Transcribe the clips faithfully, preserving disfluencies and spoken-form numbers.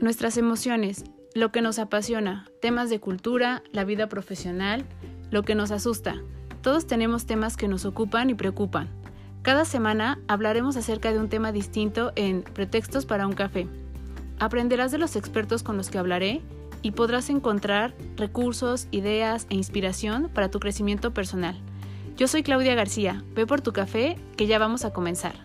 Nuestras emociones, lo que nos apasiona, temas de cultura, la vida profesional, lo que nos asusta. Todos tenemos temas que nos ocupan y preocupan. Cada semana hablaremos acerca de un tema distinto en Pretextos para un café. Aprenderás de los expertos con los que hablaré y podrás encontrar recursos, ideas e inspiración para tu crecimiento personal. Yo soy Claudia García. Ve por tu café, que ya vamos a comenzar.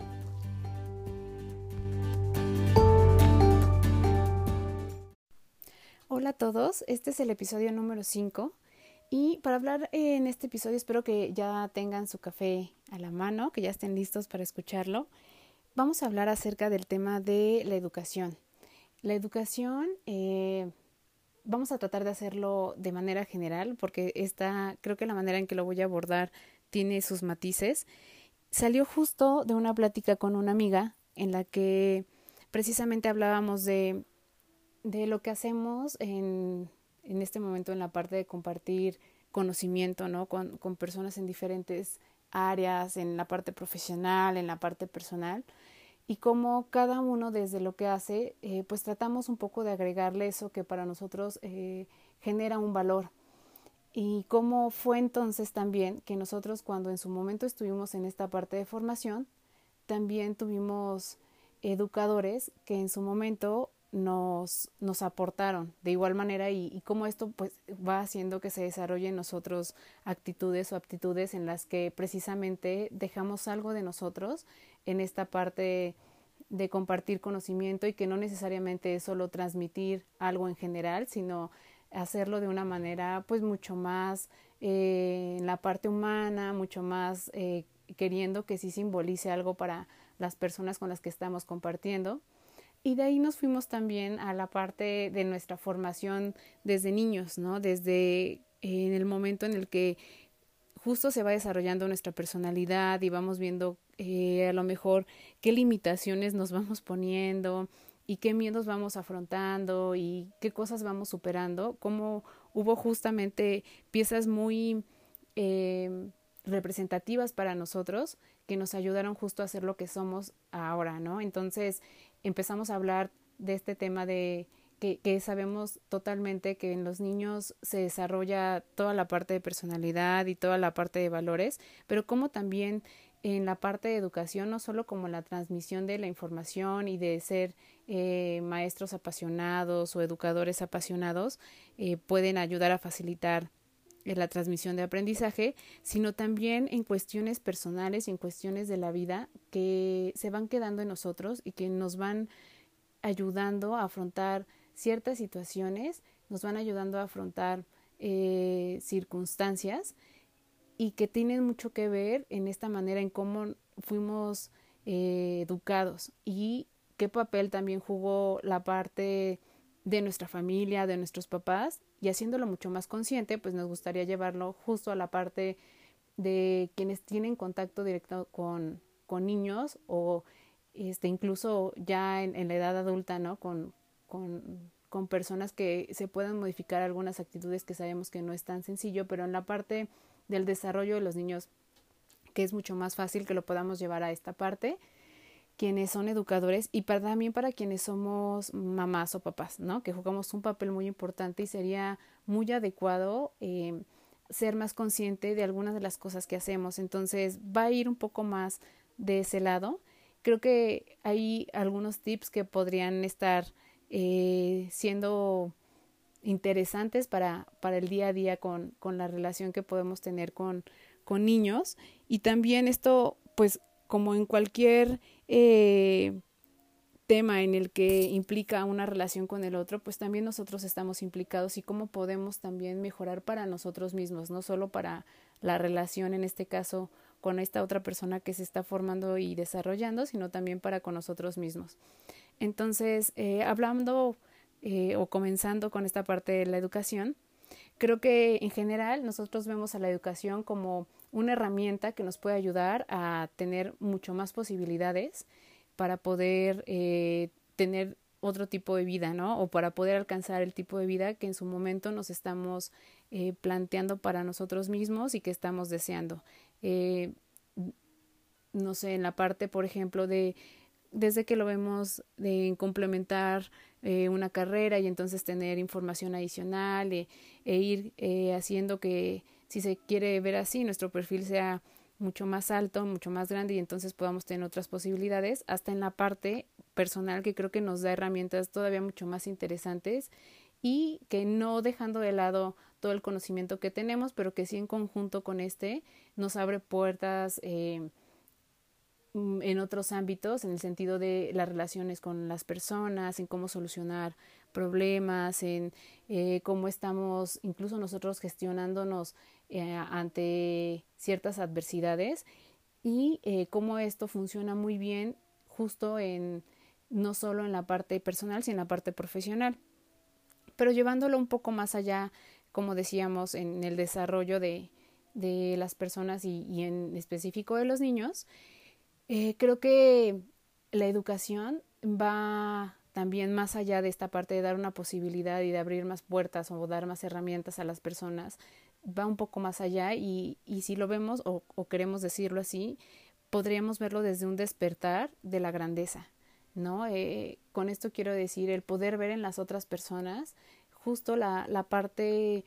Hola a todos, este es el episodio número cinco y para hablar en este episodio espero que ya tengan su café a la mano, que ya estén listos para escucharlo. Vamos a hablar acerca del tema de la educación. La educación, eh, vamos a tratar de hacerlo de manera general porque esta, creo que la manera en que lo voy a abordar tiene sus matices. Salió justo de una plática con una amiga en la que precisamente hablábamos de de lo que hacemos en, en este momento en la parte de compartir conocimiento, ¿no? Con, con personas en diferentes áreas, en la parte profesional, en la parte personal, y cómo cada uno desde lo que hace, eh, pues tratamos un poco de agregarle eso que para nosotros eh, genera un valor. Y cómo fue entonces también que nosotros cuando en su momento estuvimos en esta parte de formación, también tuvimos educadores que en su momento nos, nos aportaron de igual manera y, y cómo esto pues va haciendo que se desarrollen en nosotros actitudes o aptitudes en las que precisamente dejamos algo de nosotros en esta parte de compartir conocimiento y que no necesariamente es solo transmitir algo en general, sino hacerlo de una manera pues mucho más eh, en la parte humana, mucho más eh, queriendo que sí simbolice algo para las personas con las que estamos compartiendo. Y de ahí nos fuimos también a la parte de nuestra formación desde niños, ¿no? Desde eh, en el momento en el que justo se va desarrollando nuestra personalidad y vamos viendo eh, a lo mejor qué limitaciones nos vamos poniendo y qué miedos vamos afrontando y qué cosas vamos superando, cómo hubo justamente piezas muy eh, representativas para nosotros que nos ayudaron justo a ser lo que somos ahora, ¿no? Entonces empezamos a hablar de este tema de que, que sabemos totalmente que en los niños se desarrolla toda la parte de personalidad y toda la parte de valores, pero como también en la parte de educación, no solo como la transmisión de la información y de ser eh, maestros apasionados o educadores apasionados, eh, pueden ayudar a facilitar la transmisión de aprendizaje, sino también en cuestiones personales y en cuestiones de la vida que se van quedando en nosotros y que nos van ayudando a afrontar ciertas situaciones, nos van ayudando a afrontar eh, circunstancias y que tienen mucho que ver en esta manera en cómo fuimos eh, educados y qué papel también jugó la parte de nuestra familia, de nuestros papás, y haciéndolo mucho más consciente, pues nos gustaría llevarlo justo a la parte de quienes tienen contacto directo con, con niños o este incluso ya en, en la edad adulta, ¿no? Con, con, con personas que se puedan modificar algunas actitudes que sabemos que no es tan sencillo, pero en la parte del desarrollo de los niños, que es mucho más fácil que lo podamos llevar a esta parte, quienes son educadores y para, también para quienes somos mamás o papás, ¿no? Que jugamos un papel muy importante y sería muy adecuado eh, ser más consciente de algunas de las cosas que hacemos. Entonces va a ir un poco más de ese lado. Creo que hay algunos tips que podrían estar eh, siendo interesantes para, para el día a día con, con la relación que podemos tener con, con niños. Y también esto, pues, como en cualquier eh, tema en el que implica una relación con el otro, pues también nosotros estamos implicados y cómo podemos también mejorar para nosotros mismos, no solo para la relación, en este caso, con esta otra persona que se está formando y desarrollando, sino también para con nosotros mismos. Entonces, eh, hablando eh, o comenzando con esta parte de la educación, creo que en general nosotros vemos a la educación como una herramienta que nos puede ayudar a tener mucho más posibilidades para poder eh, tener otro tipo de vida, ¿no? O para poder alcanzar el tipo de vida que en su momento nos estamos eh, planteando para nosotros mismos y que estamos deseando. Eh, no sé, en la parte, por ejemplo, de desde que lo vemos de complementar eh, una carrera y entonces tener información adicional e, e ir eh, haciendo que, si se quiere ver así, nuestro perfil sea mucho más alto, mucho más grande y entonces podamos tener otras posibilidades, hasta en la parte personal, que creo que nos da herramientas todavía mucho más interesantes y que no dejando de lado todo el conocimiento que tenemos, pero que sí en conjunto con este nos abre puertas eh, en otros ámbitos, en el sentido de las relaciones con las personas, en cómo solucionar problemas, en eh, cómo estamos incluso nosotros gestionándonos eh, ante ciertas adversidades y eh, cómo esto funciona muy bien justo en no solo en la parte personal, sino en la parte profesional, pero llevándolo un poco más allá, como decíamos, en el desarrollo de, de las personas y, y en específico de los niños. Eh, creo que la educación va también más allá de esta parte de dar una posibilidad y de abrir más puertas o dar más herramientas a las personas, va un poco más allá y, y si lo vemos o, o queremos decirlo así, podríamos verlo desde un despertar de la grandeza, ¿no? Eh, con esto quiero decir el poder ver en las otras personas justo la, la parte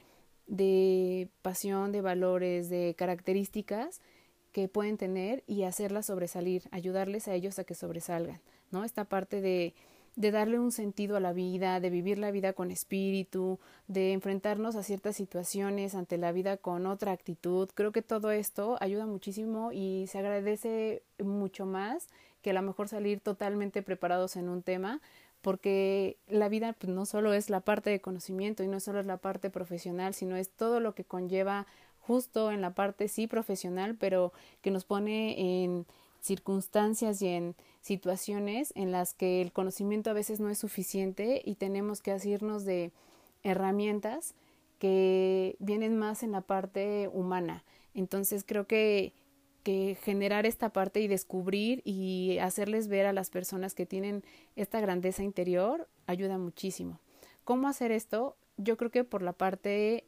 de pasión, de valores, de características que pueden tener y hacerlas sobresalir, ayudarles a ellos a que sobresalgan, ¿no? Esta parte de, de darle un sentido a la vida, de vivir la vida con espíritu, de enfrentarnos a ciertas situaciones ante la vida con otra actitud. Creo que todo esto ayuda muchísimo y se agradece mucho más que a lo mejor salir totalmente preparados en un tema, porque la vida pues, no solo es la parte de conocimiento y no solo es la parte profesional, sino es todo lo que conlleva justo en la parte sí profesional, pero que nos pone en circunstancias y en situaciones en las que el conocimiento a veces no es suficiente y tenemos que asirnos de herramientas que vienen más en la parte humana. Entonces creo que que generar esta parte y descubrir y hacerles ver a las personas que tienen esta grandeza interior ayuda muchísimo. ¿Cómo hacer esto? Yo creo que por la parte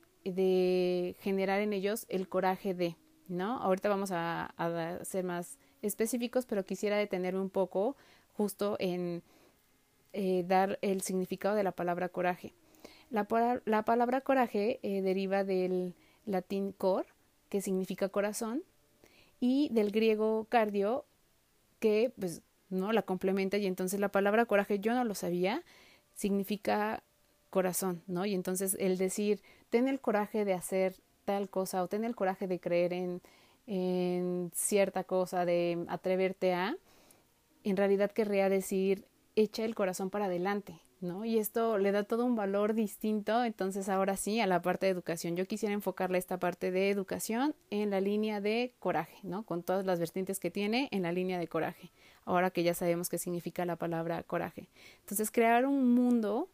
de generar en ellos el coraje de, ¿no? Ahorita vamos a, a ser más específicos, pero quisiera detenerme un poco justo en eh, dar el significado de la palabra coraje. La, la palabra coraje eh, deriva del latín cor, que significa corazón, y del griego cardio, que pues no la complementa, y entonces la palabra coraje yo no lo sabía, significa corazón, ¿no? Y entonces el decir, ten el coraje de hacer tal cosa o ten el coraje de creer en, en cierta cosa, de atreverte a, en realidad querría decir, echa el corazón para adelante, ¿no? Y esto le da todo un valor distinto, entonces ahora sí, a la parte de educación. Yo quisiera enfocarle esta parte de educación en la línea de coraje, ¿no? Con todas las vertientes que tiene en la línea de coraje, ahora que ya sabemos qué significa la palabra coraje. Entonces, crear un mundo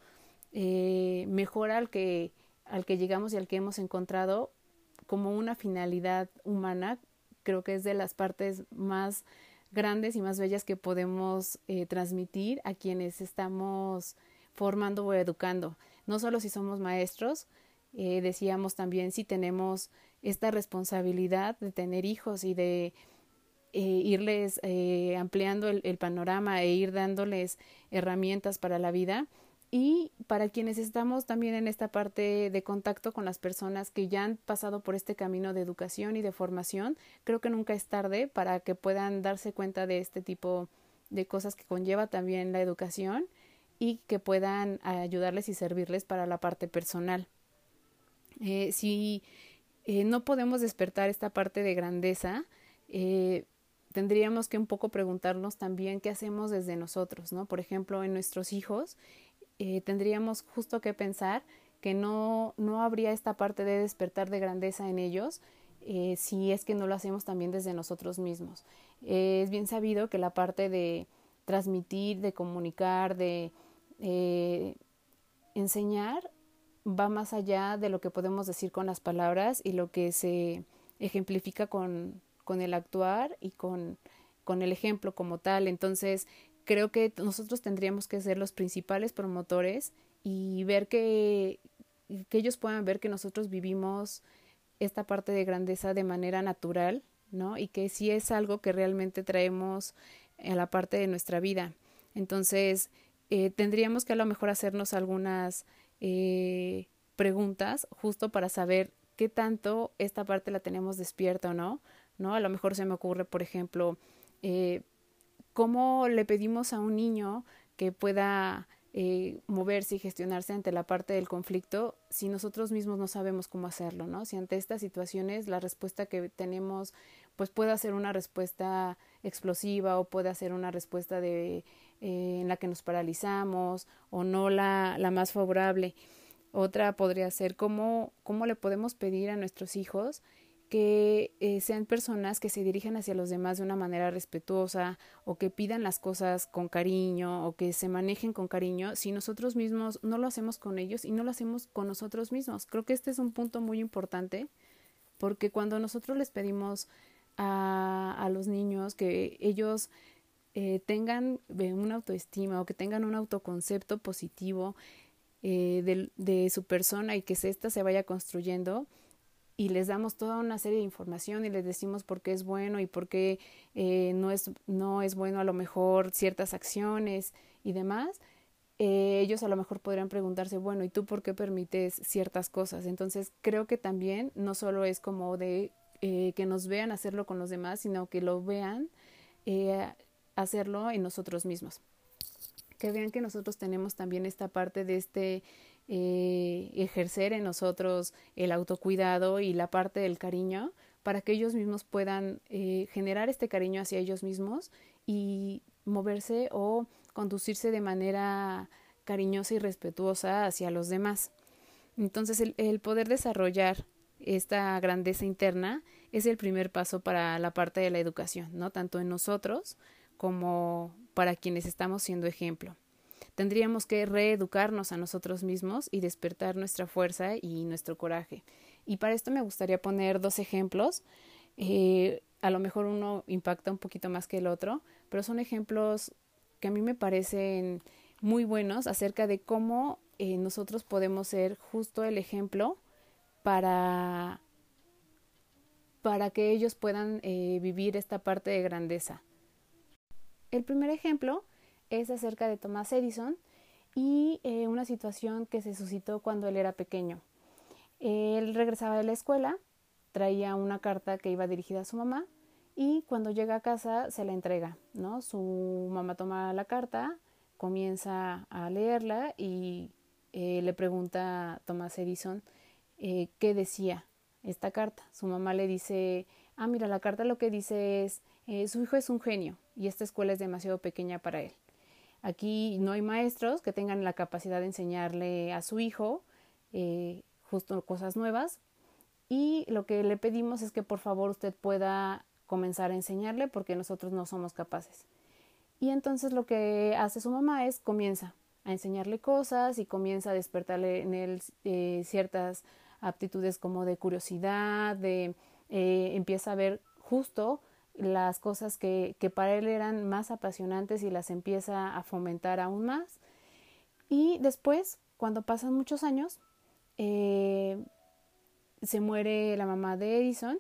eh, mejor al que, al que llegamos y al que hemos encontrado como una finalidad humana, creo que es de las partes más grandes y más bellas que podemos eh, transmitir a quienes estamos formando o educando. No solo si somos maestros, eh, decíamos también si tenemos esta responsabilidad de tener hijos y de eh, irles eh, ampliando el, el panorama e ir dándoles herramientas para la vida. Y para quienes estamos también en esta parte de contacto con las personas que ya han pasado por este camino de educación y de formación, creo que nunca es tarde para que puedan darse cuenta de este tipo de cosas que conlleva también la educación y que puedan ayudarles y servirles para la parte personal. Eh, si eh, no podemos despertar esta parte de grandeza, eh, tendríamos que un poco preguntarnos también qué hacemos desde nosotros, ¿no? Por ejemplo, en nuestros hijos, eh, tendríamos justo que pensar que no, no habría esta parte de despertar de grandeza en ellos eh, si es que no lo hacemos también desde nosotros mismos. Eh, es bien sabido que la parte de transmitir, de comunicar, de eh, enseñar va más allá de lo que podemos decir con las palabras y lo que se ejemplifica con, con el actuar y con, con el ejemplo como tal. Entonces, creo que nosotros tendríamos que ser los principales promotores y ver que, que ellos puedan ver que nosotros vivimos esta parte de grandeza de manera natural, ¿no? Y que sí es algo que realmente traemos a la parte de nuestra vida. Entonces, eh, tendríamos que a lo mejor hacernos algunas eh, preguntas justo para saber qué tanto esta parte la tenemos despierta o no, ¿no? A lo mejor se me ocurre, por ejemplo, eh, cómo le pedimos a un niño que pueda eh, moverse y gestionarse ante la parte del conflicto si nosotros mismos no sabemos cómo hacerlo, ¿no? Si ante estas situaciones la respuesta que tenemos pues puede ser una respuesta explosiva o puede ser una respuesta de, eh, en la que nos paralizamos o no la, la más favorable. Otra podría ser cómo, cómo le podemos pedir a nuestros hijos que eh, sean personas que se dirijan hacia los demás de una manera respetuosa o que pidan las cosas con cariño o que se manejen con cariño si nosotros mismos no lo hacemos con ellos y no lo hacemos con nosotros mismos. Creo que este es un punto muy importante porque cuando nosotros les pedimos a, a los niños que ellos eh, tengan una autoestima o que tengan un autoconcepto positivo eh, de, de su persona y que ésta se vaya construyendo, y les damos toda una serie de información y les decimos por qué es bueno y por qué eh, no, es, no es bueno a lo mejor ciertas acciones y demás, eh, ellos a lo mejor podrían preguntarse, bueno, ¿y tú por qué permites ciertas cosas? Entonces creo que también no solo es como de eh, que nos vean hacerlo con los demás, sino que lo vean eh, hacerlo en nosotros mismos. Que vean que nosotros tenemos también esta parte de este eh, ejercer en nosotros el autocuidado y la parte del cariño para que ellos mismos puedan eh, generar este cariño hacia ellos mismos y moverse o conducirse de manera cariñosa y respetuosa hacia los demás. Entonces el, el poder desarrollar esta grandeza interna es el primer paso para la parte de la educación, ¿no? Tanto en nosotros como para quienes estamos siendo ejemplo. Tendríamos que reeducarnos a nosotros mismos y despertar nuestra fuerza y nuestro coraje. Y para esto me gustaría poner dos ejemplos. Eh, a lo mejor uno impacta un poquito más que el otro, pero son ejemplos que a mí me parecen muy buenos acerca de cómo eh, nosotros podemos ser justo el ejemplo para, para que ellos puedan eh, vivir esta parte de grandeza. El primer ejemplo es acerca de Thomas Edison y eh, una situación que se suscitó cuando él era pequeño. Él regresaba de la escuela, traía una carta que iba dirigida a su mamá y cuando llega a casa se la entrega, ¿no? Su mamá toma la carta, comienza a leerla y eh, le pregunta a Thomas Edison eh, qué decía esta carta. Su mamá le dice, ah, mira, la carta lo que dice es, eh, su hijo es un genio y esta escuela es demasiado pequeña para él. Aquí no hay maestros que tengan la capacidad de enseñarle a su hijo eh, justo cosas nuevas y lo que le pedimos es que por favor usted pueda comenzar a enseñarle porque nosotros no somos capaces. Y entonces lo que hace su mamá es comienza a enseñarle cosas y comienza a despertarle en él eh, ciertas aptitudes como de curiosidad, de eh, empieza a ver justo las cosas que, que para él eran más apasionantes y las empieza a fomentar aún más. Y después, cuando pasan muchos años, eh, se muere la mamá de Edison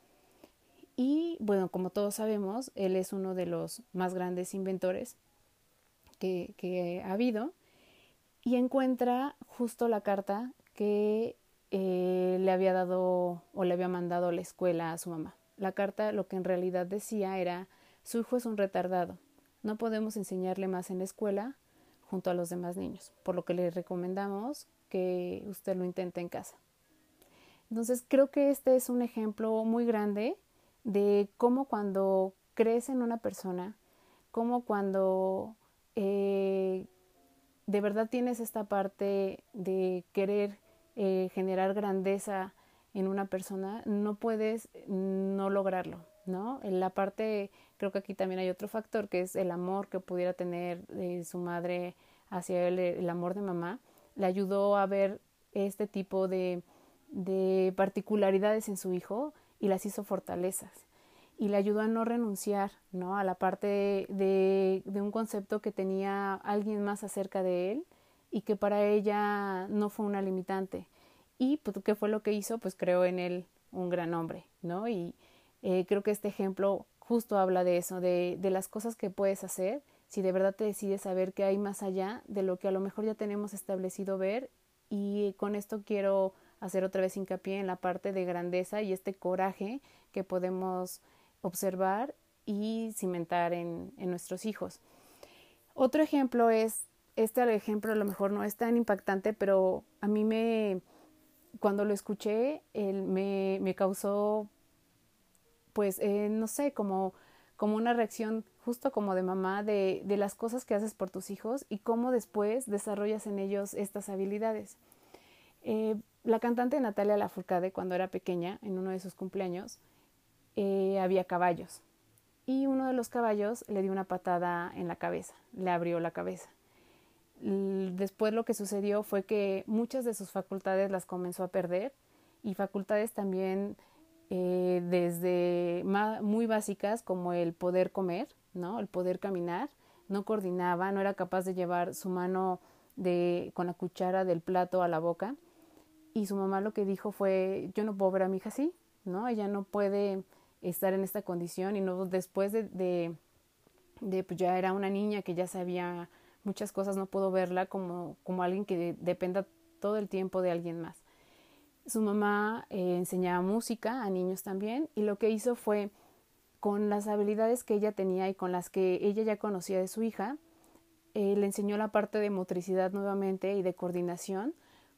y bueno, como todos sabemos, él es uno de los más grandes inventores que, que ha habido y encuentra justo la carta que eh, le había dado o le había mandado a la escuela a su mamá. La carta lo que en realidad decía era, su hijo es un retardado, no podemos enseñarle más en la escuela junto a los demás niños, por lo que le recomendamos que usted lo intente en casa. Entonces creo que este es un ejemplo muy grande de cómo cuando crees en una persona, cómo cuando eh, de verdad tienes esta parte de querer eh, generar grandeza en una persona, no puedes no lograrlo, ¿no? En la parte, creo que aquí también hay otro factor, que es el amor que pudiera tener eh, su madre hacia él, el amor de mamá, le ayudó a ver este tipo de, de particularidades en su hijo y las hizo fortalezas. Y le ayudó a no renunciar, ¿no? A la parte de, de, de un concepto que tenía alguien más acerca de él y que para ella no fue una limitante. Y pues, ¿qué fue lo que hizo? Pues creó en él un gran hombre, ¿no? Y Eh, creo que este ejemplo justo habla de eso, de, de las cosas que puedes hacer si de verdad te decides saber que hay más allá de lo que a lo mejor ya tenemos establecido ver. Y con esto quiero hacer otra vez hincapié en la parte de grandeza y este coraje que podemos observar y cimentar en, en nuestros hijos. Otro ejemplo es, este ejemplo a lo mejor no es tan impactante, pero a mí me, cuando lo escuché, él me, me causó, pues, eh, no sé, como, como una reacción justo como de mamá de, de las cosas que haces por tus hijos y cómo después desarrollas en ellos estas habilidades. Eh, la cantante Natalia Lafourcade, cuando era pequeña, en uno de sus cumpleaños, eh, había caballos. Y uno de los caballos le dio una patada en la cabeza, le abrió la cabeza. Después lo que sucedió fue que muchas de sus facultades las comenzó a perder y facultades también eh, desde muy básicas como el poder comer, ¿no? El poder caminar, no coordinaba, no era capaz de llevar su mano de, con la cuchara del plato a la boca. Y su mamá lo que dijo fue, yo no puedo ver a mi hija así, ¿no? Ella no puede estar en esta condición y no después de, de, de pues ya era una niña que ya sabía muchas cosas, no puedo verla como, como alguien que de, dependa todo el tiempo de alguien más. Su mamá eh, enseñaba música a niños también y lo que hizo fue con las habilidades que ella tenía y con las que ella ya conocía de su hija, eh, le enseñó la parte de motricidad nuevamente y de coordinación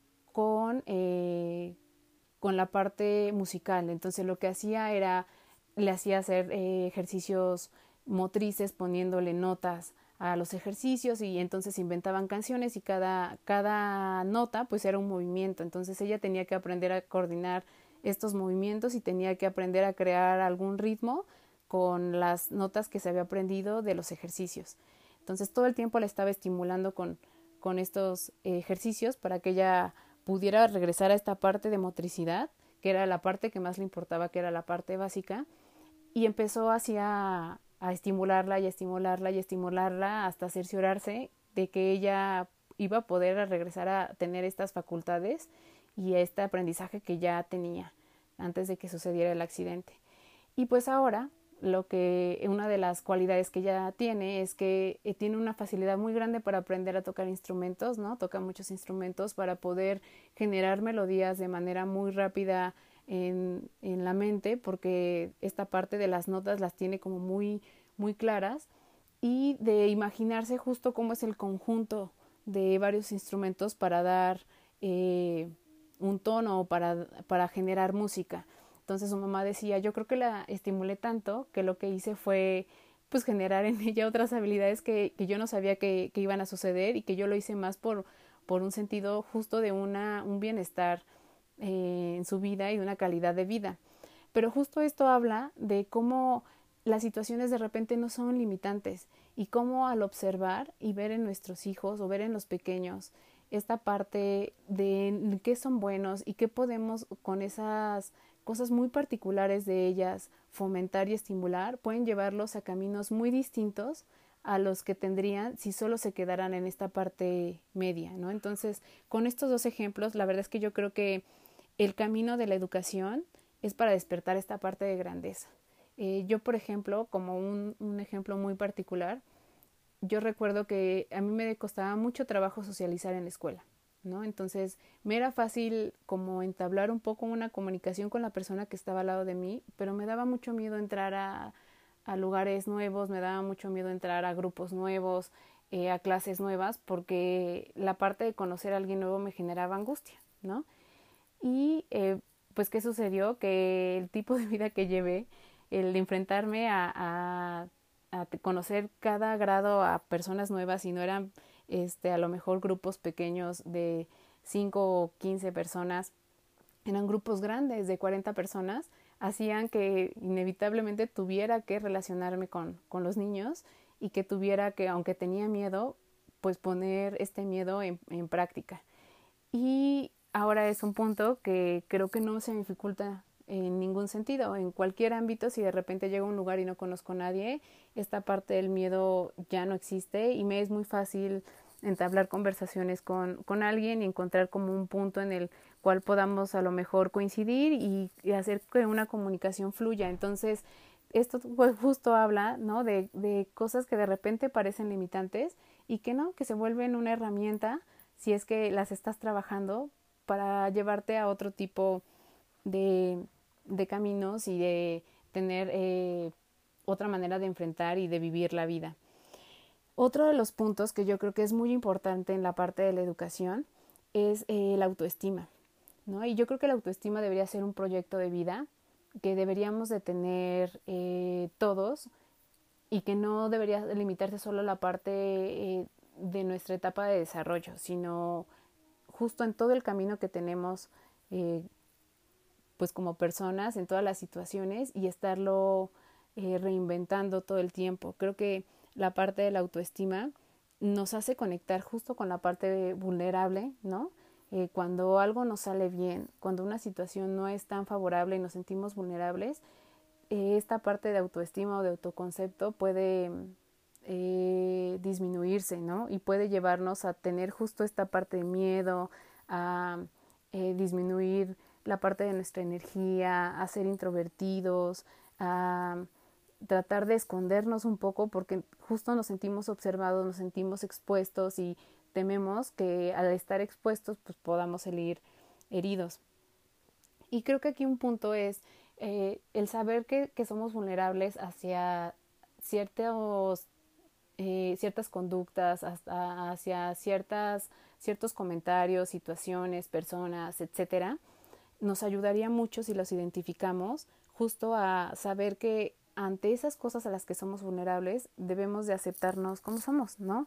con, eh, con la parte musical. Entonces lo que hacía era, le hacía hacer eh, ejercicios motrices poniéndole notas a los ejercicios y entonces inventaban canciones y cada, cada nota pues era un movimiento. Entonces ella tenía que aprender a coordinar estos movimientos y tenía que aprender a crear algún ritmo con las notas que se había aprendido de los ejercicios. Entonces todo el tiempo la estaba estimulando con, con estos ejercicios para que ella pudiera regresar a esta parte de motricidad, que era la parte que más le importaba, que era la parte básica, y empezó así a, a estimularla y a estimularla y a estimularla hasta cerciorarse de que ella iba a poder regresar a tener estas facultades y este aprendizaje que ya tenía antes de que sucediera el accidente. Y pues ahora lo que una de las cualidades que ella tiene es que eh, tiene una facilidad muy grande para aprender a tocar instrumentos, ¿no? Toca muchos instrumentos para poder generar melodías de manera muy rápida en, en la mente, porque esta parte de las notas las tiene como muy, muy claras, y de imaginarse justo cómo es el conjunto de varios instrumentos para dar eh, un tono o para, para generar música. Entonces su mamá decía, yo creo que la estimulé tanto que lo que hice fue pues generar en ella otras habilidades que, que yo no sabía que, que iban a suceder y que yo lo hice más por, por un sentido justo de una, un bienestar eh, en su vida y de una calidad de vida. Pero justo esto habla de cómo las situaciones de repente no son limitantes y cómo al observar y ver en nuestros hijos o ver en los pequeños esta parte de qué son buenos y qué podemos con esas cosas muy particulares de ellas fomentar y estimular, pueden llevarlos a caminos muy distintos a los que tendrían si solo se quedaran en esta parte media, ¿no? Entonces, con estos dos ejemplos, la verdad es que yo creo que el camino de la educación es para despertar esta parte de grandeza. Eh, yo, por ejemplo, como un, un ejemplo muy particular, yo recuerdo que a mí me costaba mucho trabajo socializar en la escuela, ¿no? Entonces me era fácil como entablar un poco una comunicación con la persona que estaba al lado de mí, pero me daba mucho miedo entrar a, a lugares nuevos, me daba mucho miedo entrar a grupos nuevos, eh, a clases nuevas, porque la parte de conocer a alguien nuevo me generaba angustia, ¿no? Y eh, pues ¿qué sucedió? Que el tipo de vida que llevé, el de enfrentarme a, a, a conocer cada grado a personas nuevas y no eran este, a lo mejor grupos pequeños de cinco o quince personas, eran grupos grandes de cuarenta personas, hacían que inevitablemente tuviera que relacionarme con, con los niños y que tuviera que, aunque tenía miedo, pues poner este miedo en, en práctica. Y ahora es un punto que creo que no se me dificulta en ningún sentido. En cualquier ámbito, si de repente llego a un lugar y no conozco a nadie, esta parte del miedo ya no existe y me es muy fácil entablar conversaciones con, con alguien y encontrar como un punto en el cual podamos a lo mejor coincidir y, y hacer que una comunicación fluya. Entonces, esto pues justo habla, ¿no? De, de cosas que de repente parecen limitantes y que no, que se vuelven una herramienta si es que las estás trabajando para llevarte a otro tipo de, de caminos y de tener eh, otra manera de enfrentar y de vivir la vida. Otro de los puntos que yo creo que es muy importante en la parte de la educación es eh, la autoestima, ¿no? Y yo creo que la autoestima debería ser un proyecto de vida que deberíamos de tener eh, todos y que no debería limitarse solo a la parte eh, de nuestra etapa de desarrollo, sino justo en todo el camino que tenemos eh, pues como personas, en todas las situaciones y estarlo eh, reinventando todo el tiempo. Creo que la parte de la autoestima nos hace conectar justo con la parte vulnerable, ¿no? Eh, cuando algo nos sale bien, cuando una situación no es tan favorable y nos sentimos vulnerables, eh, esta parte de autoestima o de autoconcepto puede eh, disminuirse, ¿no? Y puede llevarnos a tener justo esta parte de miedo, a eh, disminuir la parte de nuestra energía, a ser introvertidos, a tratar de escondernos un poco porque justo nos sentimos observados, nos sentimos expuestos y tememos que al estar expuestos pues podamos salir heridos. Y creo que aquí un punto es eh, el saber que, que somos vulnerables hacia ciertos, eh, ciertas conductas, hasta hacia ciertas, ciertos comentarios, situaciones, personas, etcétera, nos ayudaría mucho si los identificamos, justo a saber que ante esas cosas a las que somos vulnerables debemos de aceptarnos como somos, ¿no?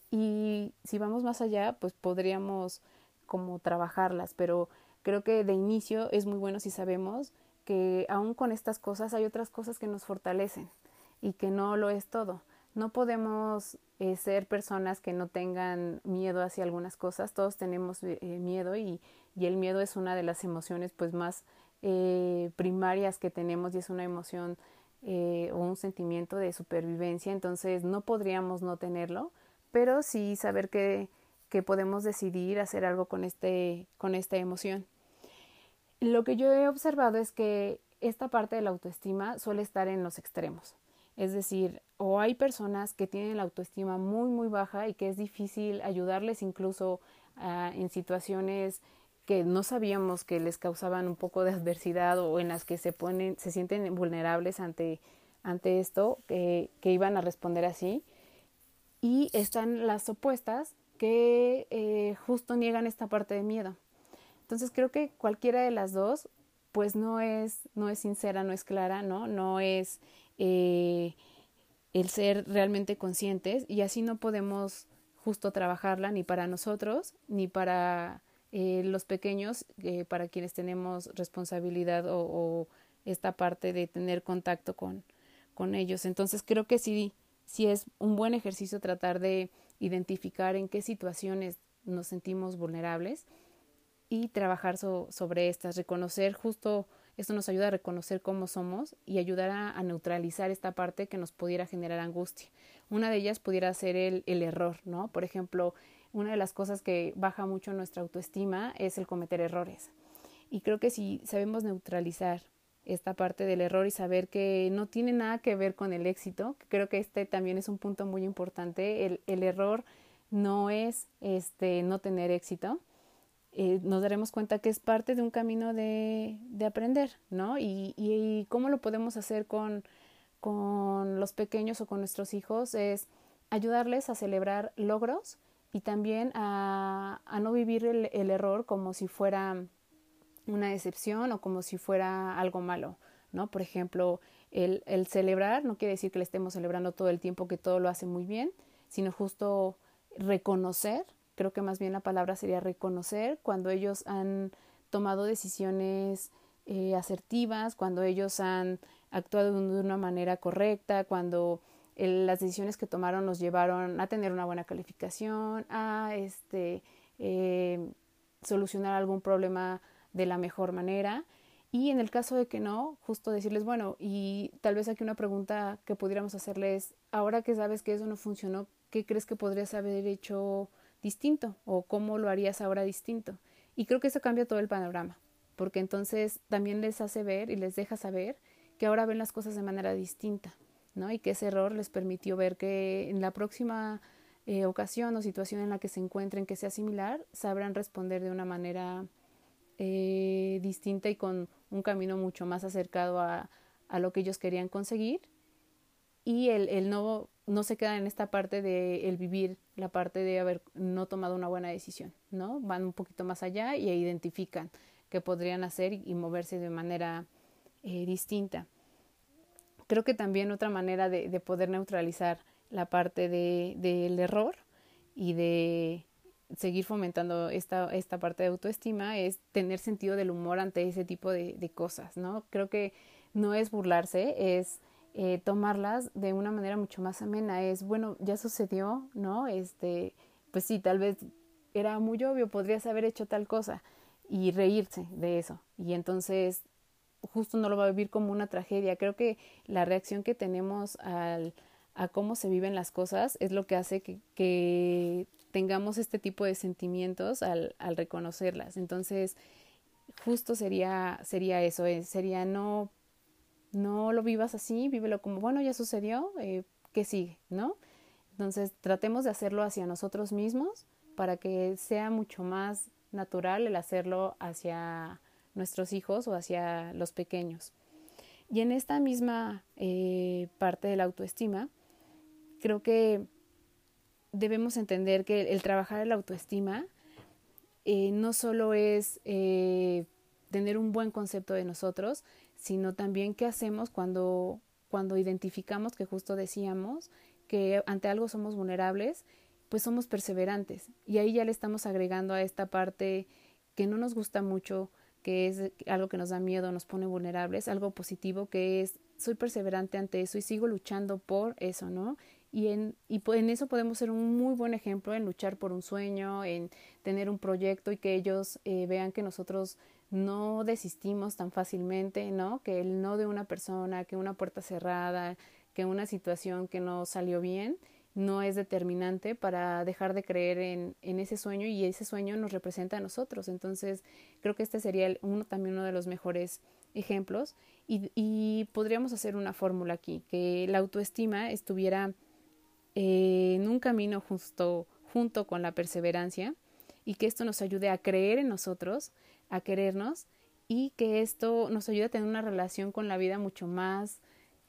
Y si vamos más allá, pues podríamos como trabajarlas, pero creo que de inicio es muy bueno si sabemos que aún con estas cosas hay otras cosas que nos fortalecen y que no lo es todo. No podemos eh, ser personas que no tengan miedo hacia algunas cosas, todos tenemos eh, miedo y, y el miedo es una de las emociones pues más eh, primarias que tenemos y es una emoción eh, o un sentimiento de supervivencia, entonces no podríamos no tenerlo, pero sí saber que, que podemos decidir hacer algo con, este, con esta emoción. Lo que yo he observado es que esta parte de la autoestima suele estar en los extremos. Es decir, o hay personas que tienen la autoestima muy, muy baja y que es difícil ayudarles incluso uh, en situaciones que no sabíamos que les causaban un poco de adversidad o en las que se ponen, se sienten vulnerables ante, ante esto, que, que iban a responder así. Y están las opuestas que eh, justo niegan esta parte de miedo. Entonces creo que cualquiera de las dos pues no es, no es sincera, no es clara, ¿no? No es eh, el ser realmente conscientes y así no podemos justo trabajarla ni para nosotros ni para eh, los pequeños, eh, para quienes tenemos responsabilidad o, o esta parte de tener contacto con, con ellos. Entonces creo que sí, sí es un buen ejercicio tratar de identificar en qué situaciones nos sentimos vulnerables y trabajar so, sobre estas, reconocer justo, esto nos ayuda a reconocer cómo somos y ayudar a, a neutralizar esta parte que nos pudiera generar angustia. Una de ellas pudiera ser el, el error, ¿no? Por ejemplo, una de las cosas que baja mucho nuestra autoestima es el cometer errores. Y creo que si sabemos neutralizar esta parte del error y saber que no tiene nada que ver con el éxito, creo que este también es un punto muy importante, el, el error no es este, no tener éxito, Eh, nos daremos cuenta que es parte de un camino de, de aprender, ¿no? Y, y, y cómo lo podemos hacer con, con los pequeños o con nuestros hijos es ayudarles a celebrar logros y también a, a no vivir el, el error como si fuera una decepción o como si fuera algo malo, ¿no? Por ejemplo, el, el celebrar no quiere decir que le estemos celebrando todo el tiempo, que todo lo hace muy bien, sino justo reconocer. Creo que más bien la palabra sería reconocer cuando ellos han tomado decisiones eh, asertivas, cuando ellos han actuado de una manera correcta, cuando el, las decisiones que tomaron nos llevaron a tener una buena calificación, a este, eh, solucionar algún problema de la mejor manera. Y en el caso de que no, justo decirles, bueno, y tal vez aquí una pregunta que pudiéramos hacerles, ahora que sabes que eso no funcionó, ¿qué crees que podrías haber hecho distinto o cómo lo harías ahora distinto. Y creo que eso cambia todo el panorama, porque entonces también les hace ver y les deja saber que ahora ven las cosas de manera distinta, ¿no? Y que ese error les permitió ver que en la próxima eh, ocasión o situación en la que se encuentren que sea similar, sabrán responder de una manera eh, distinta y con un camino mucho más acercado a, a lo que ellos querían conseguir. Y el, el no, no se queda en esta parte de el vivir, la parte de haber no tomado una buena decisión, ¿no? Van un poquito más allá y identifican qué podrían hacer y, y moverse de manera eh, distinta. Creo que también otra manera de, de poder neutralizar la parte de, del error y de seguir fomentando esta, esta parte de autoestima es tener sentido del humor ante ese tipo de, de cosas, ¿no? Creo que no es burlarse, es eh, tomarlas de una manera mucho más amena. Es, bueno, ya sucedió, ¿no? Este, pues sí, tal vez era muy obvio, podrías haber hecho tal cosa y reírse de eso. Y entonces justo no lo va a vivir como una tragedia. Creo que la reacción que tenemos al, a cómo se viven las cosas es lo que hace que, que tengamos este tipo de sentimientos al, al reconocerlas. Entonces, justo sería, sería eso, eh, sería no, no lo vivas así, vívelo como, bueno, ya sucedió, eh, ¿qué sigue? ¿No? Entonces, tratemos de hacerlo hacia nosotros mismos para que sea mucho más natural el hacerlo hacia nuestros hijos o hacia los pequeños. Y en esta misma eh, parte de la autoestima, creo que debemos entender que el trabajar en la autoestima eh, no solo es eh, tener un buen concepto de nosotros, sino también qué hacemos cuando, cuando identificamos, que justo decíamos, que ante algo somos vulnerables, pues somos perseverantes. Y ahí ya le estamos agregando a esta parte que no nos gusta mucho, que es algo que nos da miedo, nos pone vulnerables, algo positivo que es, soy perseverante ante eso y sigo luchando por eso, ¿no? Y en, y en eso podemos ser un muy buen ejemplo en luchar por un sueño, en tener un proyecto y que ellos eh, vean que nosotros no desistimos tan fácilmente, ¿no? Que el no de una persona, que una puerta cerrada, que una situación que no salió bien, no es determinante para dejar de creer en, en ese sueño y ese sueño nos representa a nosotros. Entonces, creo que este sería el, uno, también uno de los mejores ejemplos y, y podríamos hacer una fórmula aquí, que la autoestima estuviera eh, en un camino justo junto con la perseverancia y que esto nos ayude a creer en nosotros, a querernos y que esto nos ayude a tener una relación con la vida mucho más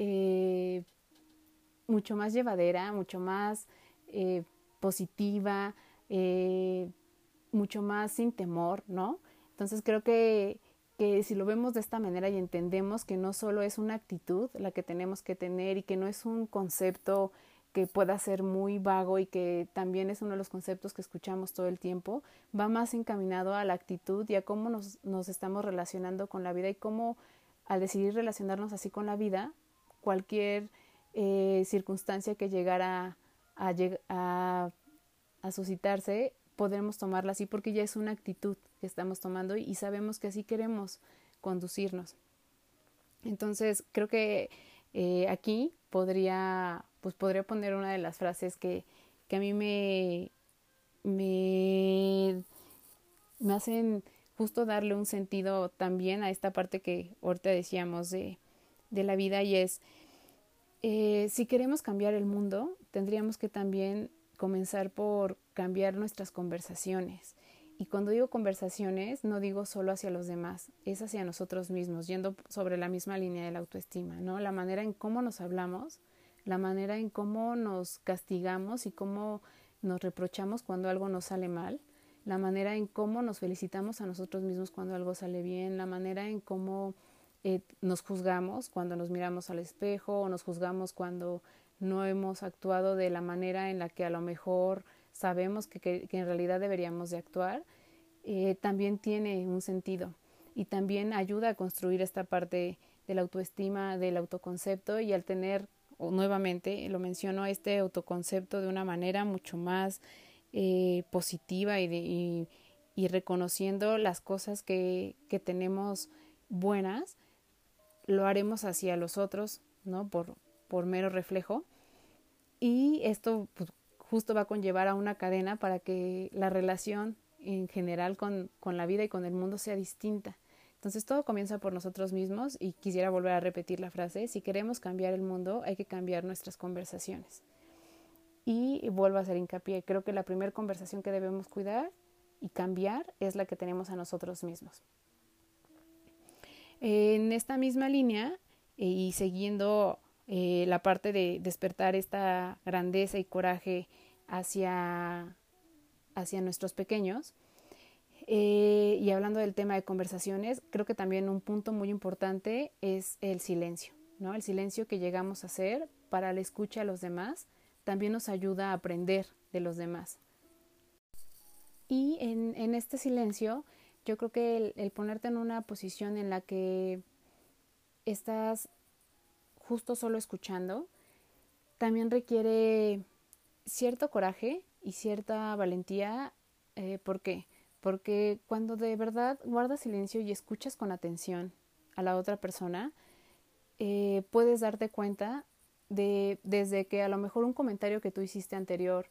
eh, mucho más llevadera, mucho más eh, positiva, eh, mucho más sin temor, ¿no? Entonces creo que, que si lo vemos de esta manera y entendemos que no solo es una actitud la que tenemos que tener y que no es un concepto que pueda ser muy vago y que también es uno de los conceptos que escuchamos todo el tiempo, va más encaminado a la actitud y a cómo nos, nos estamos relacionando con la vida y cómo al decidir relacionarnos así con la vida, cualquier eh, circunstancia que llegara a, a, a suscitarse, podremos tomarla así porque ya es una actitud que estamos tomando y sabemos que así queremos conducirnos. Entonces, creo que eh, aquí podría, pues podría poner una de las frases que, que a mí me, me, me hacen justo darle un sentido también a esta parte que ahorita decíamos de, de la vida y es, eh, si queremos cambiar el mundo, tendríamos que también comenzar por cambiar nuestras conversaciones. Y cuando digo conversaciones, no digo solo hacia los demás, es hacia nosotros mismos, yendo sobre la misma línea de la autoestima, ¿no? La manera en cómo nos hablamos, la manera en cómo nos castigamos y cómo nos reprochamos cuando algo nos sale mal, la manera en cómo nos felicitamos a nosotros mismos cuando algo sale bien, la manera en cómo eh, nos juzgamos cuando nos miramos al espejo o nos juzgamos cuando no hemos actuado de la manera en la que a lo mejor sabemos que, que, que en realidad deberíamos de actuar, eh, también tiene un sentido y también ayuda a construir esta parte de la autoestima, del autoconcepto y al tener, o nuevamente lo menciono, este autoconcepto de una manera mucho más eh, positiva y, de, y, y reconociendo las cosas que, que tenemos buenas, lo haremos hacia los otros, ¿no? Por, por mero reflejo. Y esto pues, justo va a conllevar a una cadena para que la relación en general con, con la vida y con el mundo sea distinta. Entonces todo comienza por nosotros mismos y quisiera volver a repetir la frase: si queremos cambiar el mundo hay que cambiar nuestras conversaciones. Y vuelvo a hacer hincapié, creo que la primera conversación que debemos cuidar y cambiar es la que tenemos a nosotros mismos. En esta misma línea y siguiendo eh, la parte de despertar esta grandeza y coraje hacia, hacia nuestros pequeños, eh, y hablando del tema de conversaciones, creo que también un punto muy importante es el silencio, ¿no? El silencio que llegamos a hacer para la escucha a los demás también nos ayuda a aprender de los demás. Y en, en este silencio, yo creo que el, el ponerte en una posición en la que estás justo solo escuchando, también requiere cierto coraje y cierta valentía. Eh, ¿Por qué? Porque cuando de verdad guardas silencio y escuchas con atención a la otra persona, eh, puedes darte cuenta de desde que a lo mejor un comentario que tú hiciste anterior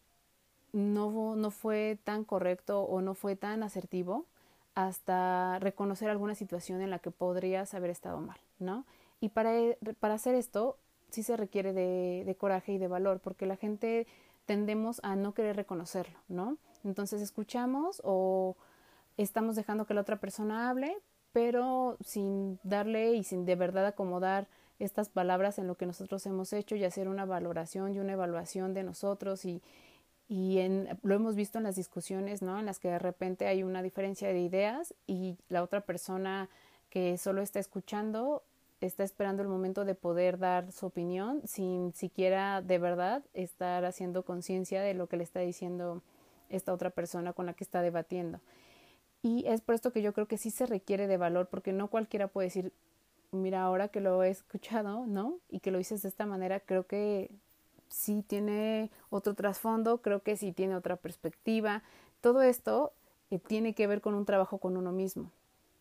no, no fue tan correcto o no fue tan asertivo, hasta reconocer alguna situación en la que podrías haber estado mal, ¿no? Y para, para hacer esto sí se requiere de, de coraje y de valor, porque la gente tendemos a no querer reconocerlo, ¿no? Entonces escuchamos o estamos dejando que la otra persona hable, pero sin darle y sin de verdad acomodar estas palabras en lo que nosotros hemos hecho y hacer una valoración y una evaluación de nosotros. Y, y en, lo hemos visto en las discusiones, ¿no? En las que de repente hay una diferencia de ideas y la otra persona que solo está escuchando está esperando el momento de poder dar su opinión sin siquiera de verdad estar haciendo conciencia de lo que le está diciendo esta otra persona con la que está debatiendo. Y es por esto que yo creo que sí se requiere de valor, porque no cualquiera puede decir, mira, ahora que lo he escuchado, ¿no? Y que lo dices de esta manera, creo que sí tiene otro trasfondo, creo que sí tiene otra perspectiva. Todo esto eh, tiene que ver con un trabajo con uno mismo.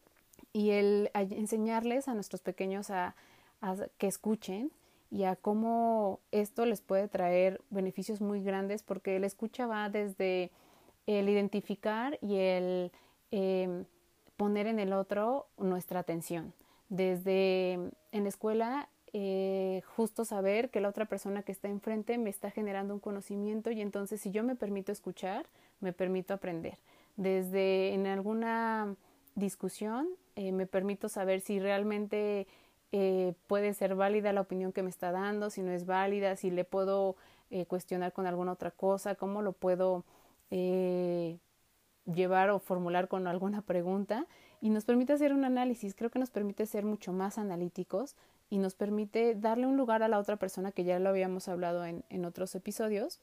Y el a enseñarles a nuestros pequeños a, a que escuchen y a cómo esto les puede traer beneficios muy grandes, porque el escucha va desde el identificar y el eh, poner en el otro nuestra atención. Desde en la escuela, eh, justo saber que la otra persona que está enfrente me está generando un conocimiento, y entonces si yo me permito escuchar, me permito aprender. Desde en alguna discusión, eh, me permito saber si realmente eh, puede ser válida la opinión que me está dando, si no es válida, si le puedo eh, cuestionar con alguna otra cosa, cómo lo puedo eh, llevar o formular con alguna pregunta, y nos permite hacer un análisis. Creo que nos permite ser mucho más analíticos y nos permite darle un lugar a la otra persona, que ya lo habíamos hablado en, en otros episodios.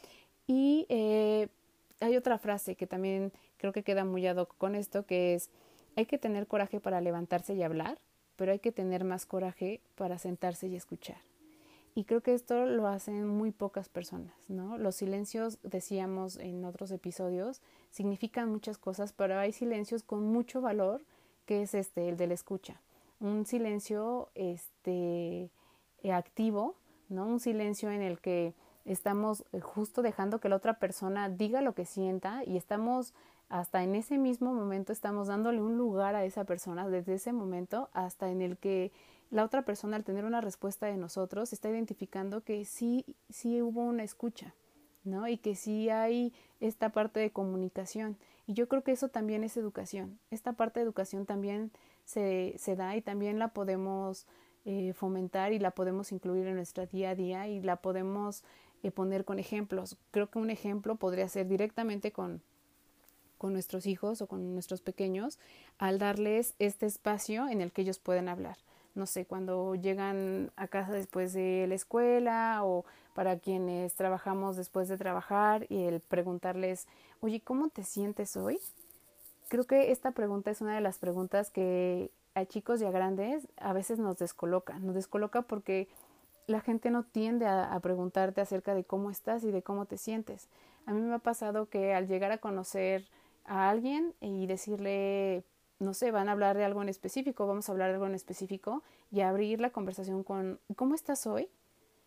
Y eh, hay otra frase que también creo que queda muy ad hoc con esto, que es: hay que tener coraje para levantarse y hablar, pero hay que tener más coraje para sentarse y escuchar. Y creo que esto lo hacen muy pocas personas, ¿no? Los silencios, decíamos en otros episodios, significan muchas cosas, pero hay silencios con mucho valor, que es este, el de la escucha. Un silencio este, activo, ¿no? Un silencio en el que estamos justo dejando que la otra persona diga lo que sienta, y estamos hasta en ese mismo momento estamos dándole un lugar a esa persona, desde ese momento hasta en el que la otra persona, al tener una respuesta de nosotros, está identificando que sí, sí hubo una escucha, ¿no? Y que sí hay esta parte de comunicación. Y yo creo que eso también es educación. Esta parte de educación también se, se da y también la podemos eh, fomentar y la podemos incluir en nuestra día a día y la podemos eh, poner con ejemplos. Creo que un ejemplo podría ser directamente con con nuestros hijos o con nuestros pequeños, al darles este espacio en el que ellos pueden hablar. No sé, cuando llegan a casa después de la escuela, o para quienes trabajamos después de trabajar, y el preguntarles, oye, ¿cómo te sientes hoy? Creo que esta pregunta es una de las preguntas que a chicos y a grandes a veces nos descoloca. Nos descoloca porque la gente no tiende a, a preguntarte acerca de cómo estás y de cómo te sientes. A mí me ha pasado que al llegar a conocer a alguien y decirle, no sé, van a hablar de algo en específico, vamos a hablar de algo en específico, y abrir la conversación con, ¿cómo estás hoy?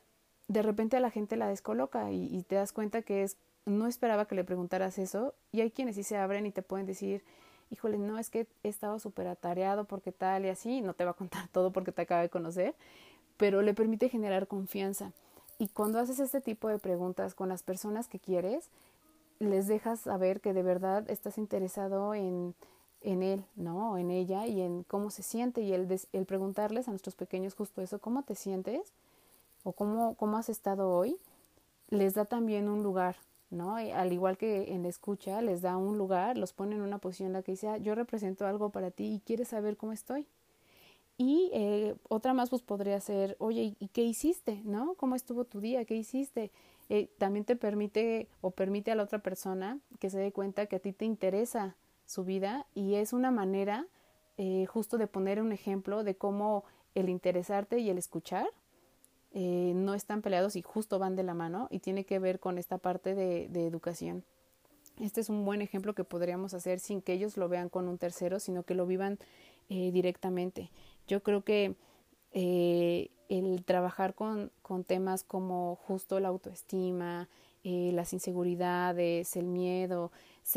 de repente a la gente la descoloca y, y te das cuenta que es, no esperaba que le preguntaras eso, y hay quienes sí se abren y te pueden decir, híjole, no, es que he estado súper atareado porque tal y así, no te va a contar todo porque te acaba de conocer, pero le permite generar confianza. Y cuando haces este tipo de preguntas con las personas que quieres, les dejas saber que de verdad estás interesado en, en él, ¿no? O en ella, y en cómo se siente, y el, des, el preguntarles a nuestros pequeños justo eso, ¿cómo te sientes? O cómo, cómo has estado hoy, les da también un lugar, ¿no? Y al igual que en la escucha, les da un lugar, los pone en una posición en la que dice, ah, yo represento algo para ti y quieres saber cómo estoy. Y eh, otra más pues podría ser, oye, ¿y qué hiciste? ¿No? ¿Cómo estuvo tu día? ¿Qué hiciste? Eh, también te permite o permite a la otra persona que se dé cuenta que a ti te interesa su vida, y es una manera eh, justo de poner un ejemplo de cómo el interesarte y el escuchar eh, no están peleados y justo van de la mano, y tiene que ver con esta parte de, de educación. Este es un buen ejemplo que podríamos hacer sin que ellos lo vean con un tercero, sino que lo vivan eh, directamente. Yo creo que eh, el trabajar con, con temas como justo la autoestima, eh, las inseguridades, el miedo,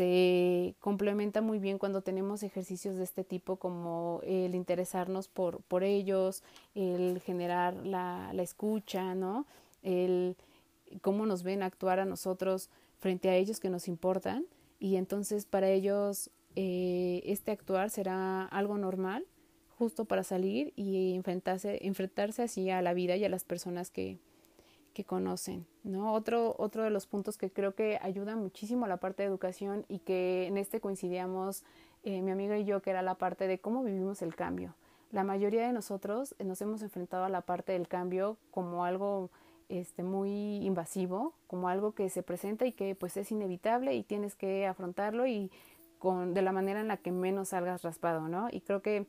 se complementa muy bien cuando tenemos ejercicios de este tipo, como el interesarnos por, por ellos, el generar la, la escucha, ¿no? El cómo nos ven actuar a nosotros frente a ellos que nos importan, y entonces para ellos eh, este actuar será algo normal, justo para salir y enfrentarse, enfrentarse así a la vida y a las personas que, que conocen, ¿no? Otro, otro de los puntos que creo que ayuda muchísimo a la parte de educación, y que en este coincidíamos eh, mi amiga y yo, que era la parte de cómo vivimos el cambio. La mayoría de nosotros nos hemos enfrentado a la parte del cambio como algo este, muy invasivo, como algo que se presenta y que pues es inevitable y tienes que afrontarlo, y con, de la manera en la que menos salgas raspado, ¿no? Y creo que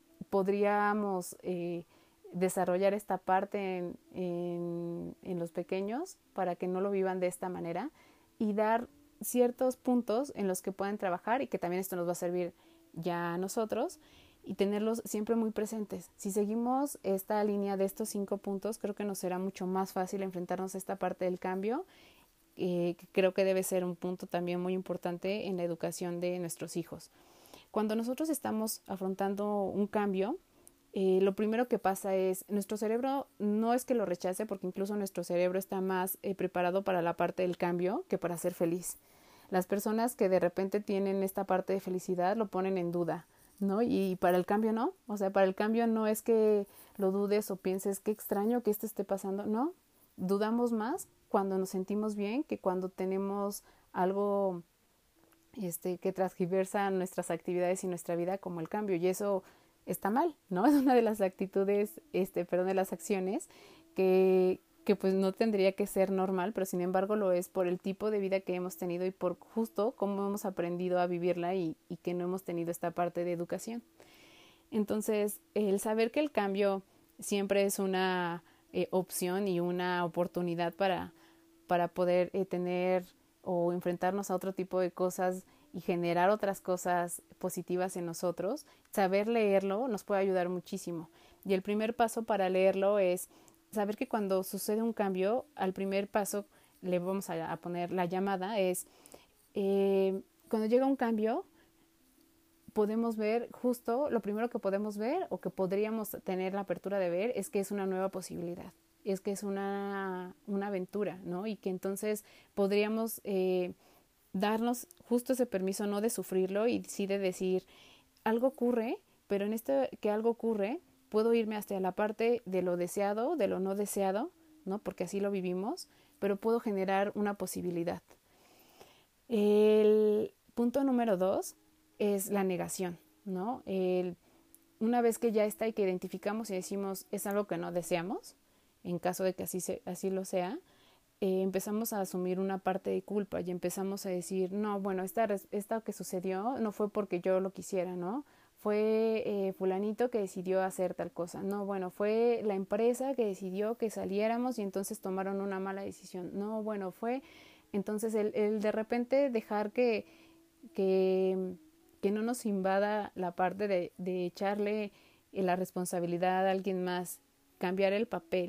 podríamos eh, desarrollar esta parte en, en, en los pequeños para que no lo vivan de esta manera, y dar ciertos puntos en los que puedan trabajar, y que también esto nos va a servir ya a nosotros, y tenerlos siempre muy presentes. Si seguimos esta línea de estos cinco puntos, creo que nos será mucho más fácil enfrentarnos a esta parte del cambio, eh, que creo que debe ser un punto también muy importante en la educación de nuestros hijos. Cuando nosotros estamos afrontando un cambio, eh, lo primero que pasa es, nuestro cerebro no es que lo rechace, porque incluso nuestro cerebro está más eh, preparado para la parte del cambio que para ser feliz. Las personas que de repente tienen esta parte de felicidad lo ponen en duda, ¿no? Y para el cambio no, o sea, para el cambio no es que lo dudes o pienses qué extraño que esto esté pasando, no, dudamos más cuando nos sentimos bien que cuando tenemos algo este, que transgiversa nuestras actividades y nuestra vida, como el cambio, y eso está mal, ¿no? Es una de las actitudes, este, perdón, de las acciones que, que pues no tendría que ser normal, pero sin embargo lo es por el tipo de vida que hemos tenido y por justo cómo hemos aprendido a vivirla, y, y que no hemos tenido esta parte de educación. Entonces, el saber que el cambio siempre es una eh, opción y una oportunidad para, para poder eh, tener o enfrentarnos a otro tipo de cosas y generar otras cosas positivas en nosotros, saber leerlo nos puede ayudar muchísimo. Y el primer paso para leerlo es saber que cuando sucede un cambio, al primer paso le vamos a, a poner la llamada, es eh, cuando llega un cambio, podemos ver justo, lo primero que podemos ver o que podríamos tener la apertura de ver es que es una nueva posibilidad, es que es una, una aventura, ¿no? Y que entonces podríamos eh, darnos justo ese permiso, no de sufrirlo, y sí de decir, algo ocurre, pero en esto que algo ocurre, puedo irme hasta la parte de lo deseado, de lo no deseado, ¿no? Porque así lo vivimos, pero puedo generar una posibilidad. El punto número dos es la negación, ¿no? El, una vez que ya está y que identificamos y decimos es algo que no deseamos, en caso de que así, se, así lo sea, eh, empezamos a asumir una parte de culpa y empezamos a decir, no, bueno, esta, esta que sucedió no fue porque yo lo quisiera, ¿no? Fue eh, fulanito que decidió hacer tal cosa. No, bueno, fue la empresa que decidió que saliéramos y entonces tomaron una mala decisión. No, bueno, fue entonces el, el de repente dejar que, que, que no nos invada la parte de, de echarle la responsabilidad a alguien más, cambiar el papel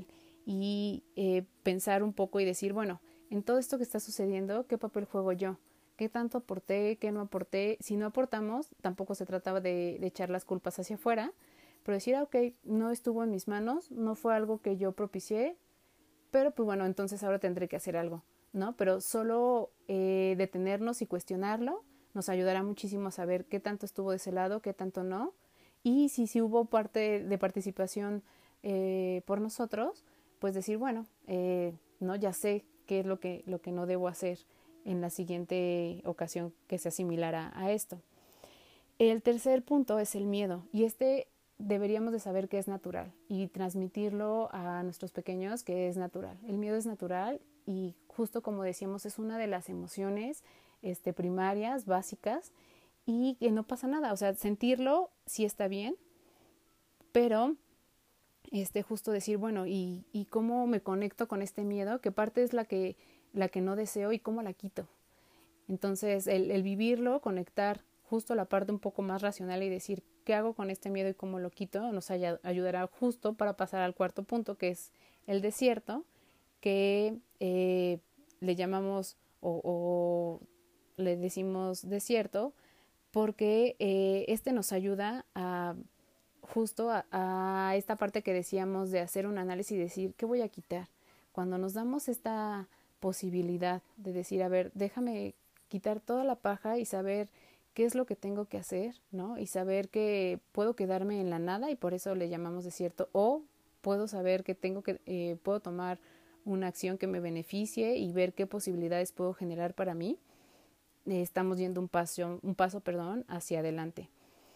y eh, pensar un poco y decir, bueno, en todo esto que está sucediendo, ¿qué papel juego yo? ¿Qué tanto aporté? ¿Qué no aporté? Si no aportamos, tampoco se trataba de, de echar las culpas hacia afuera, pero decir, ah, ok, no estuvo en mis manos, no fue algo que yo propicié, pero pues bueno, entonces ahora tendré que hacer algo, ¿no? Pero solo eh, detenernos y cuestionarlo nos ayudará muchísimo a saber qué tanto estuvo de ese lado, qué tanto no, y si, si hubo parte de participación eh, por nosotros, pues decir, bueno, eh, no, ya sé qué es lo que, lo que no debo hacer en la siguiente ocasión que sea similar a, a esto. El tercer punto es el miedo, y este deberíamos de saber que es natural y transmitirlo a nuestros pequeños que es natural. El miedo es natural y justo como decíamos es una de las emociones este, primarias, básicas, y que no pasa nada, o sea, sentirlo sí está bien, pero este, justo decir, bueno, ¿y, y cómo me conecto con este miedo? ¿Qué parte es la que, la que no deseo y cómo la quito? Entonces, el, el vivirlo, conectar justo la parte un poco más racional y decir qué hago con este miedo y cómo lo quito, nos ay- ayudará justo para pasar al cuarto punto, que es el desierto, que eh, le llamamos o, o, le decimos desierto, porque eh, este nos ayuda a justo a, a esta parte que decíamos de hacer un análisis y decir qué voy a quitar. Cuando nos damos esta posibilidad de decir, a ver, déjame quitar toda la paja y saber qué es lo que tengo que hacer, ¿no? Y saber que puedo quedarme en la nada y por eso le llamamos desierto, o puedo saber que tengo que, eh, puedo tomar una acción que me beneficie y ver qué posibilidades puedo generar para mí. Eh, estamos yendo un paso, un paso, perdón, hacia adelante.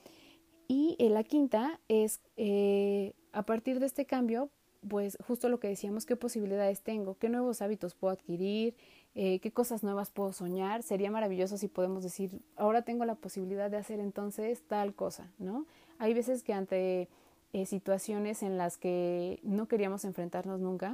Y eh, la quinta es, eh, a partir de este cambio, pues justo lo que decíamos, qué posibilidades tengo, qué nuevos hábitos puedo adquirir, eh, qué cosas nuevas puedo soñar. Sería maravilloso si podemos decir, ahora tengo la posibilidad de hacer entonces tal cosa, ¿no? Hay veces que ante eh, situaciones en las que no queríamos enfrentarnos nunca,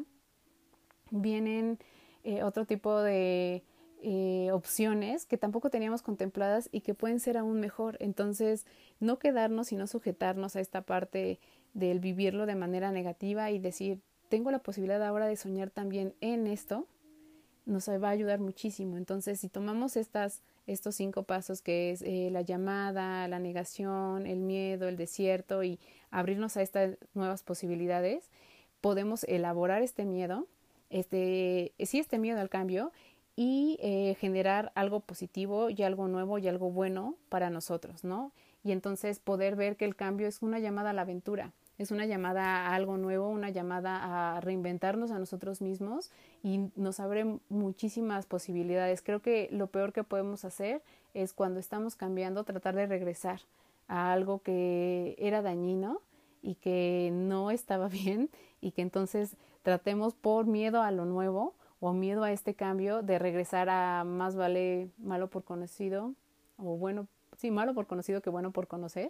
vienen eh, otro tipo de eh, opciones que tampoco teníamos contempladas y que pueden ser aún mejor. Entonces, no quedarnos y no sujetarnos a esta parte del vivirlo de manera negativa y decir, tengo la posibilidad ahora de soñar también en esto, nos va a ayudar muchísimo. Entonces, si tomamos estas, estos cinco pasos, que es eh, la llamada, la negación, el miedo, el desierto, y abrirnos a estas nuevas posibilidades, podemos elaborar este miedo, este, sí, este miedo al cambio, y eh, generar algo positivo y algo nuevo y algo bueno para nosotros, ¿no? Y entonces poder ver que el cambio es una llamada a la aventura, es una llamada a algo nuevo, una llamada a reinventarnos a nosotros mismos, y nos abre muchísimas posibilidades. Creo que lo peor que podemos hacer es, cuando estamos cambiando, tratar de regresar a algo que era dañino y que no estaba bien, y que entonces tratemos, por miedo a lo nuevo o miedo a este cambio, de regresar a más vale malo por conocido, o bueno, sí, malo por conocido que bueno por conocer,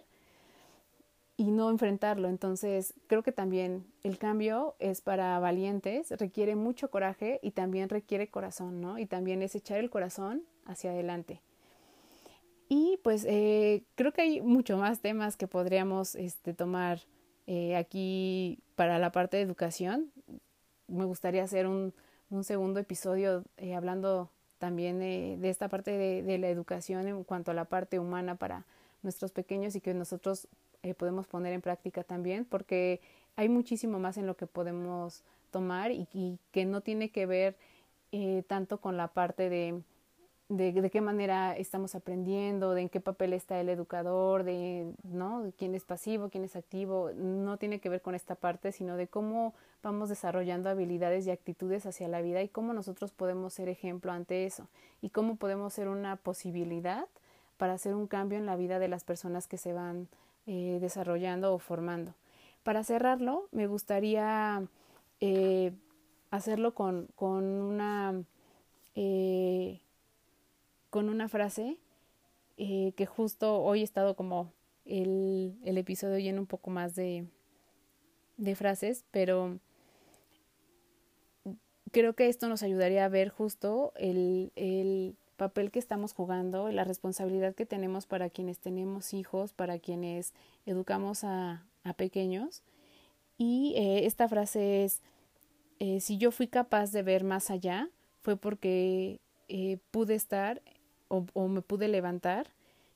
y no enfrentarlo. Entonces, creo que también el cambio es para valientes, requiere mucho coraje y también requiere corazón, ¿no? Y también es echar el corazón hacia adelante. Y pues eh, creo que hay mucho más temas que podríamos este, tomar eh, aquí para la parte de educación. Me gustaría hacer un, un segundo episodio eh, hablando también eh, de esta parte de, de la educación en cuanto a la parte humana para nuestros pequeños, y que nosotros eh, podemos poner en práctica también, porque hay muchísimo más en lo que podemos tomar, y, y que no tiene que ver eh, tanto con la parte de de, de qué manera estamos aprendiendo, de en qué papel está el educador, de, ¿no?, de quién es pasivo, quién es activo. No tiene que ver con esta parte, sino de cómo vamos desarrollando habilidades y actitudes hacia la vida, y cómo nosotros podemos ser ejemplo ante eso, y cómo podemos ser una posibilidad para hacer un cambio en la vida de las personas que se van eh, desarrollando o formando. Para cerrarlo, me gustaría eh, hacerlo con, con una... Eh, con una frase eh, que justo hoy he estado como el, el episodio lleno un poco más de, de frases, pero creo que esto nos ayudaría a ver justo el, el papel que estamos jugando, la responsabilidad que tenemos para quienes tenemos hijos, para quienes educamos a, a pequeños. Y eh, esta frase es: eh, si yo fui capaz de ver más allá, fue porque eh, pude estar o, o me pude levantar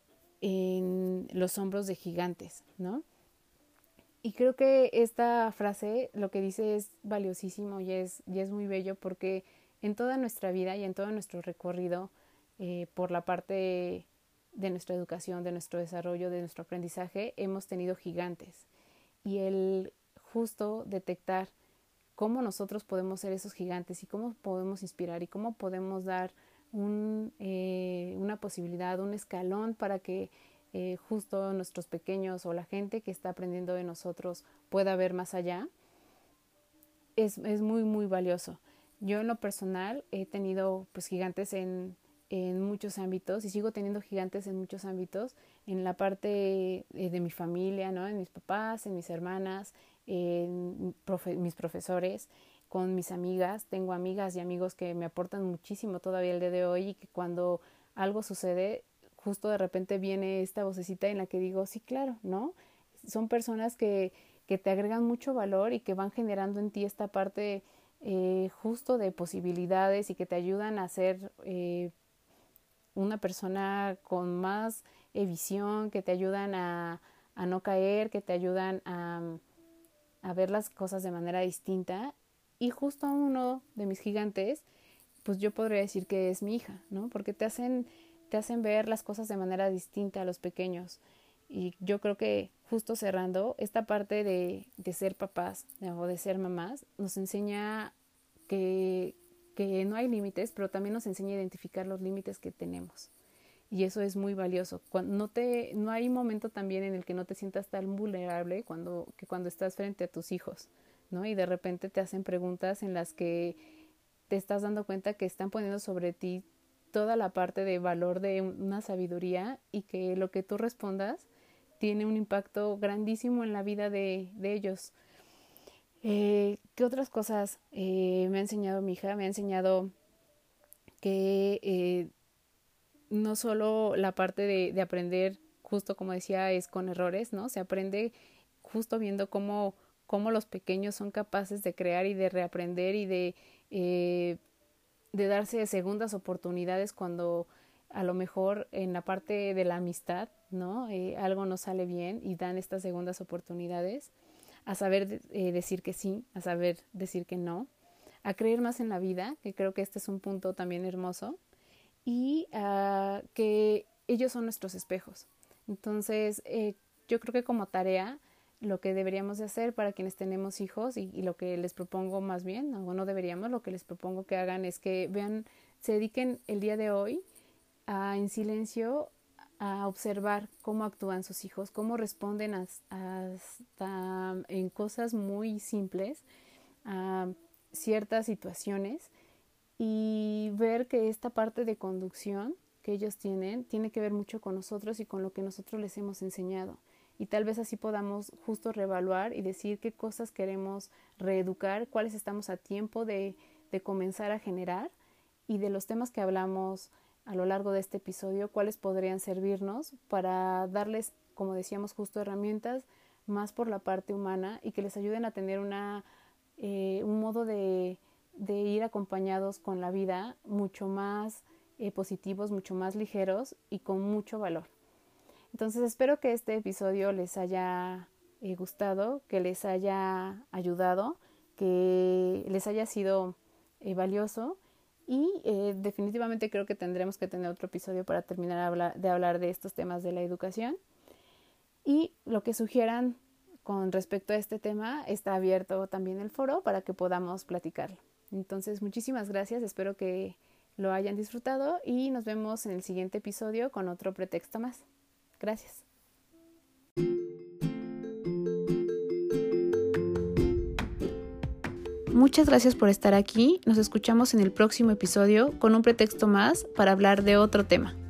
en los hombros de gigantes, ¿no? Y creo que esta frase lo que dice es valiosísimo y es, y es muy bello, porque en toda nuestra vida y en todo nuestro recorrido eh, por la parte de nuestra educación, de nuestro desarrollo, de nuestro aprendizaje, hemos tenido gigantes. Y el justo detectar cómo nosotros podemos ser esos gigantes y cómo podemos inspirar y cómo podemos dar un, eh, una posibilidad, un escalón para que eh, justo nuestros pequeños o la gente que está aprendiendo de nosotros pueda ver más allá, es, es muy, muy valioso. Yo en lo personal he tenido pues gigantes en, en muchos ámbitos y sigo teniendo gigantes en muchos ámbitos, en la parte de, de mi familia, ¿no? En mis papás, en mis hermanas, en profe, mis profesores, con mis amigas. Tengo amigas y amigos que me aportan muchísimo todavía el día de hoy y que cuando algo sucede, justo de repente viene esta vocecita en la que digo, sí, claro, ¿no? Son personas que, que te agregan mucho valor y que van generando en ti esta parte eh, justo de posibilidades y que te ayudan a ser eh, una persona con más eh, visión, que te ayudan a, a no caer, que te ayudan a, a ver las cosas de manera distinta. Y justo uno de mis gigantes, pues yo podría decir que es mi hija, ¿no? Porque te hacen, te hacen ver las cosas de manera distinta a los pequeños. Y yo creo que justo cerrando, esta parte de, de ser papás o de ser mamás nos enseña que, que no hay límites, pero también nos enseña a identificar los límites que tenemos. Y eso es muy valioso. Cuando no, te, no hay momento también en el que no te sientas tan vulnerable cuando, que cuando estás frente a tus hijos, ¿no? Y de repente te hacen preguntas en las que te estás dando cuenta que están poniendo sobre ti toda la parte de valor de una sabiduría y que lo que tú respondas tiene un impacto grandísimo en la vida de, de ellos. Eh, ¿Qué otras cosas eh, me ha enseñado mi hija? Me ha enseñado que eh, no solo la parte de, de aprender, justo como decía, es con errores, ¿no? Se aprende justo viendo cómo, cómo los pequeños son capaces de crear y de reaprender y de, eh, de darse segundas oportunidades cuando a lo mejor en la parte de la amistad, ¿no? Eh, algo no sale bien y dan estas segundas oportunidades, a saber eh, decir que sí, a saber decir que no, a creer más en la vida, que creo que este es un punto también hermoso, y uh, que ellos son nuestros espejos. Entonces, eh, yo creo que como tarea, lo que deberíamos de hacer para quienes tenemos hijos y, y lo que les propongo más bien, o no deberíamos, lo que les propongo que hagan es que vean, se dediquen el día de hoy a, en silencio, a observar cómo actúan sus hijos, cómo responden hasta en cosas muy simples a ciertas situaciones, y ver que esta parte de conducción que ellos tienen tiene que ver mucho con nosotros y con lo que nosotros les hemos enseñado. Y tal vez así podamos justo reevaluar y decir qué cosas queremos reeducar, cuáles estamos a tiempo de, de comenzar a generar, y de los temas que hablamos a lo largo de este episodio, cuáles podrían servirnos para darles, como decíamos, justo herramientas más por la parte humana y que les ayuden a tener una, eh, un modo de, de ir acompañados con la vida mucho más eh, positivos, mucho más ligeros y con mucho valor. Entonces espero que este episodio les haya eh, gustado, que les haya ayudado, que les haya sido eh, valioso. Y eh, definitivamente creo que tendremos que tener otro episodio para terminar habla- de hablar de estos temas de la educación. Y lo que sugieran con respecto a este tema, está abierto también el foro para que podamos platicarlo. Entonces, muchísimas gracias, espero que lo hayan disfrutado y nos vemos en el siguiente episodio con otro pretexto más. Gracias. Muchas gracias por estar aquí. Nos escuchamos en el próximo episodio con un pretexto más para hablar de otro tema.